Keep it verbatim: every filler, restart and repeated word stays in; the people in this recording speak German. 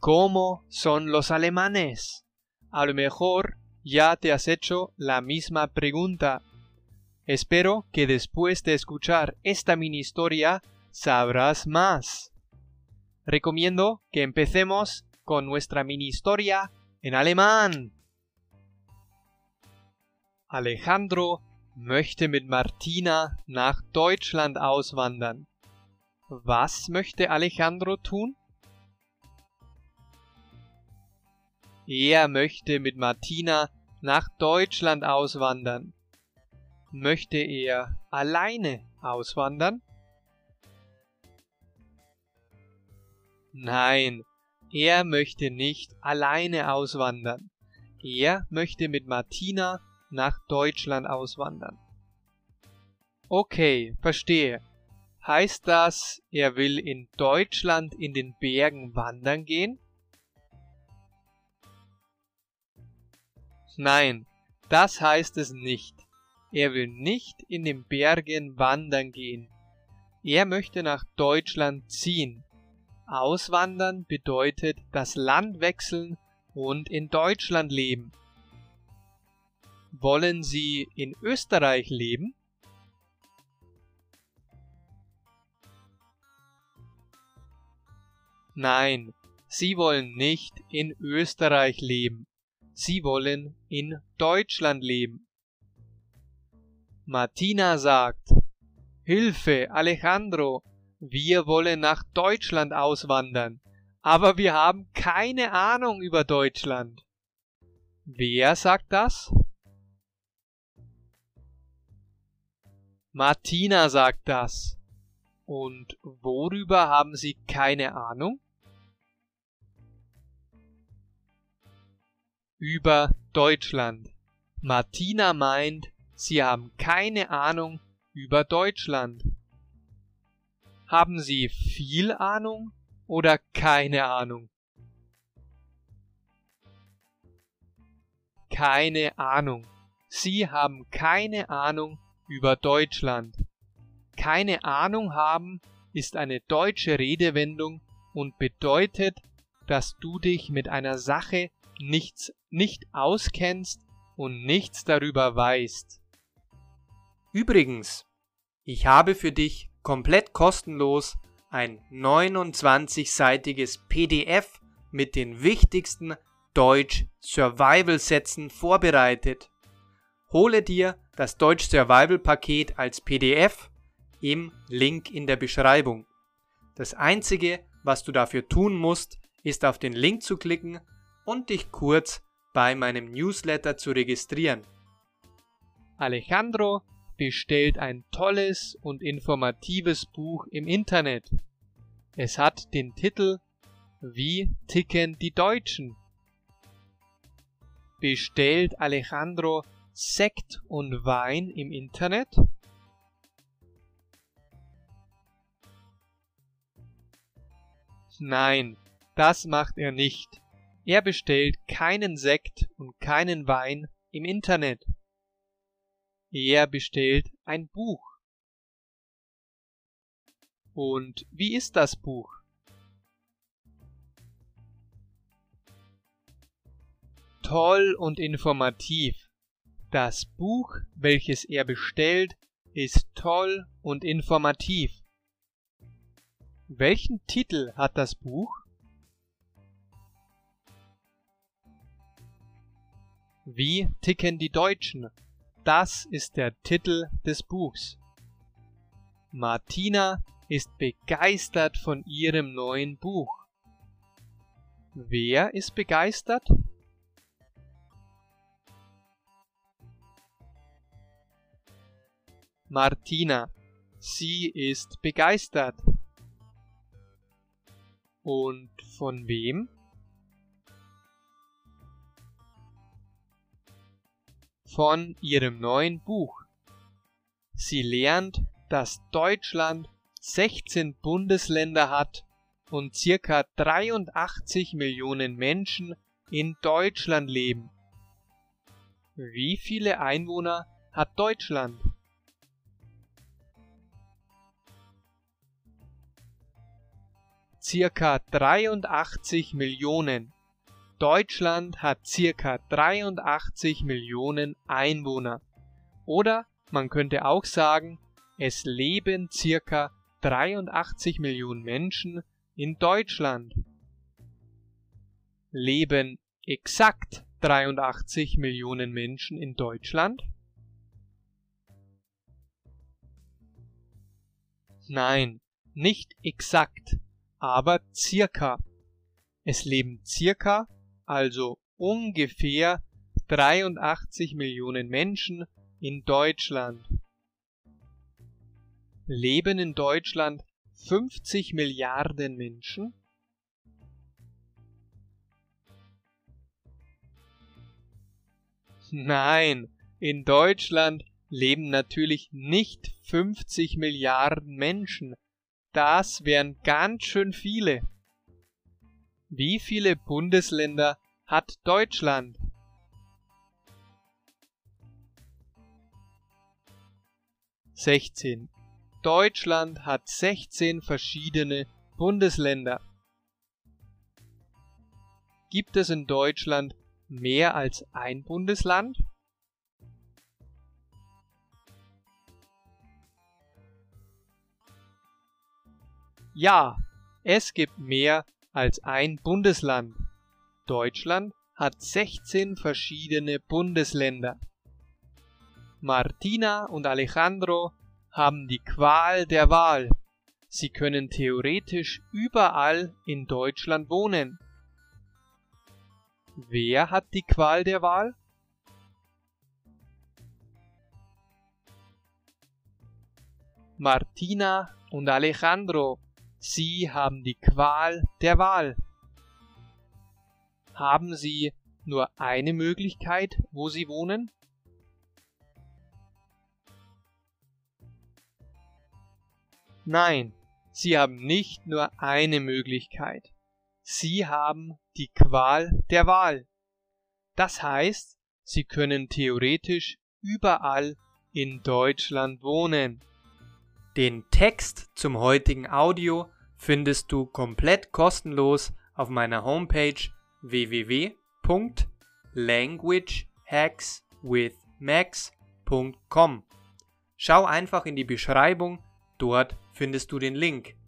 ¿Cómo son los alemanes? A lo mejor ya te has hecho la misma pregunta. Espero que después de escuchar esta mini historia sabrás más. Recomiendo que empecemos con nuestra mini historia en alemán. Alejandro möchte mit Martina nach Deutschland auswandern. Was möchte Alejandro tun? Er möchte mit Martina nach Deutschland auswandern. Möchte er alleine auswandern? Nein, er möchte nicht alleine auswandern. Er möchte mit Martina nach Deutschland auswandern. Okay, verstehe. Heißt das, er will in Deutschland in den Bergen wandern gehen? Nein, das heißt es nicht. Er will nicht in den Bergen wandern gehen. Er möchte nach Deutschland ziehen. Auswandern bedeutet das Land wechseln und in Deutschland leben. Wollen Sie in Österreich leben? Nein, Sie wollen nicht in Österreich leben. Sie wollen in Deutschland leben. Martina sagt, Hilfe, Alejandro, wir wollen nach Deutschland auswandern, aber wir haben keine Ahnung über Deutschland. Wer sagt das? Martina sagt das. Und worüber haben Sie keine Ahnung? Über Deutschland. Martina meint, Sie haben keine Ahnung über Deutschland. Haben Sie viel Ahnung oder keine Ahnung? Keine Ahnung. Sie haben keine Ahnung über Deutschland. Keine Ahnung haben ist eine deutsche Redewendung und bedeutet, dass du dich mit einer Sache nichts, nicht auskennst und nichts darüber weißt. Übrigens, ich habe für dich komplett kostenlos ein neunundzwanzigseitiges P D F mit den wichtigsten Deutsch-Survival-Sätzen vorbereitet. Hole dir das Deutsch-Survival-Paket als P D F im Link in der Beschreibung. Das Einzige, was du dafür tun musst, ist auf den Link zu klicken und dich kurz bei meinem Newsletter zu registrieren. Alejandro bestellt ein tolles und informatives Buch im Internet. Es hat den Titel Wie ticken die Deutschen? Bestellt Alejandro Sekt und Wein im Internet? Nein, das macht er nicht. Er bestellt keinen Sekt und keinen Wein im Internet. Er bestellt ein Buch. Und wie ist das Buch? Toll und informativ. Das Buch, welches er bestellt, ist toll und informativ. Welchen Titel hat das Buch? Wie ticken die Deutschen? Das ist der Titel des Buchs. Martina ist begeistert von ihrem neuen Buch. Wer ist begeistert? Martina. Sie ist begeistert. Und von wem? Von ihrem neuen Buch. Sie lernt, dass Deutschland sechzehn Bundesländer hat und circa dreiundachtzig Millionen Menschen in Deutschland leben. Wie viele Einwohner hat Deutschland? circa dreiundachtzig Millionen. Deutschland hat circa dreiundachtzig Millionen Einwohner. Oder man könnte auch sagen, es leben circa dreiundachtzig Millionen Menschen in Deutschland. Leben exakt dreiundachtzig Millionen Menschen in Deutschland? Nein, nicht exakt, aber circa. Es leben circa, also ungefähr dreiundachtzig Millionen Menschen in Deutschland. Leben in Deutschland fünfzig Milliarden Menschen? Nein, in Deutschland leben natürlich nicht fünfzig Milliarden Menschen. Das wären ganz schön viele. Wie viele Bundesländer hat Deutschland? sechzehn. Deutschland hat sechzehn verschiedene Bundesländer. Gibt es in Deutschland mehr als ein Bundesland? Ja, es gibt mehr als ein Bundesland. Deutschland hat sechzehn verschiedene Bundesländer. Martina und Alejandro haben die Qual der Wahl. Sie können theoretisch überall in Deutschland wohnen. Wer hat die Qual der Wahl? Martina und Alejandro, sie haben die Qual der Wahl. Haben sie nur eine Möglichkeit, wo sie wohnen? Nein, sie haben nicht nur eine Möglichkeit. Sie haben die Qual der Wahl. Das heißt, sie können theoretisch überall in Deutschland wohnen. Den Text zum heutigen Audio findest du komplett kostenlos auf meiner Homepage w w w punkt language hacks with max punkt com. Schau einfach in die Beschreibung, dort findest du den Link.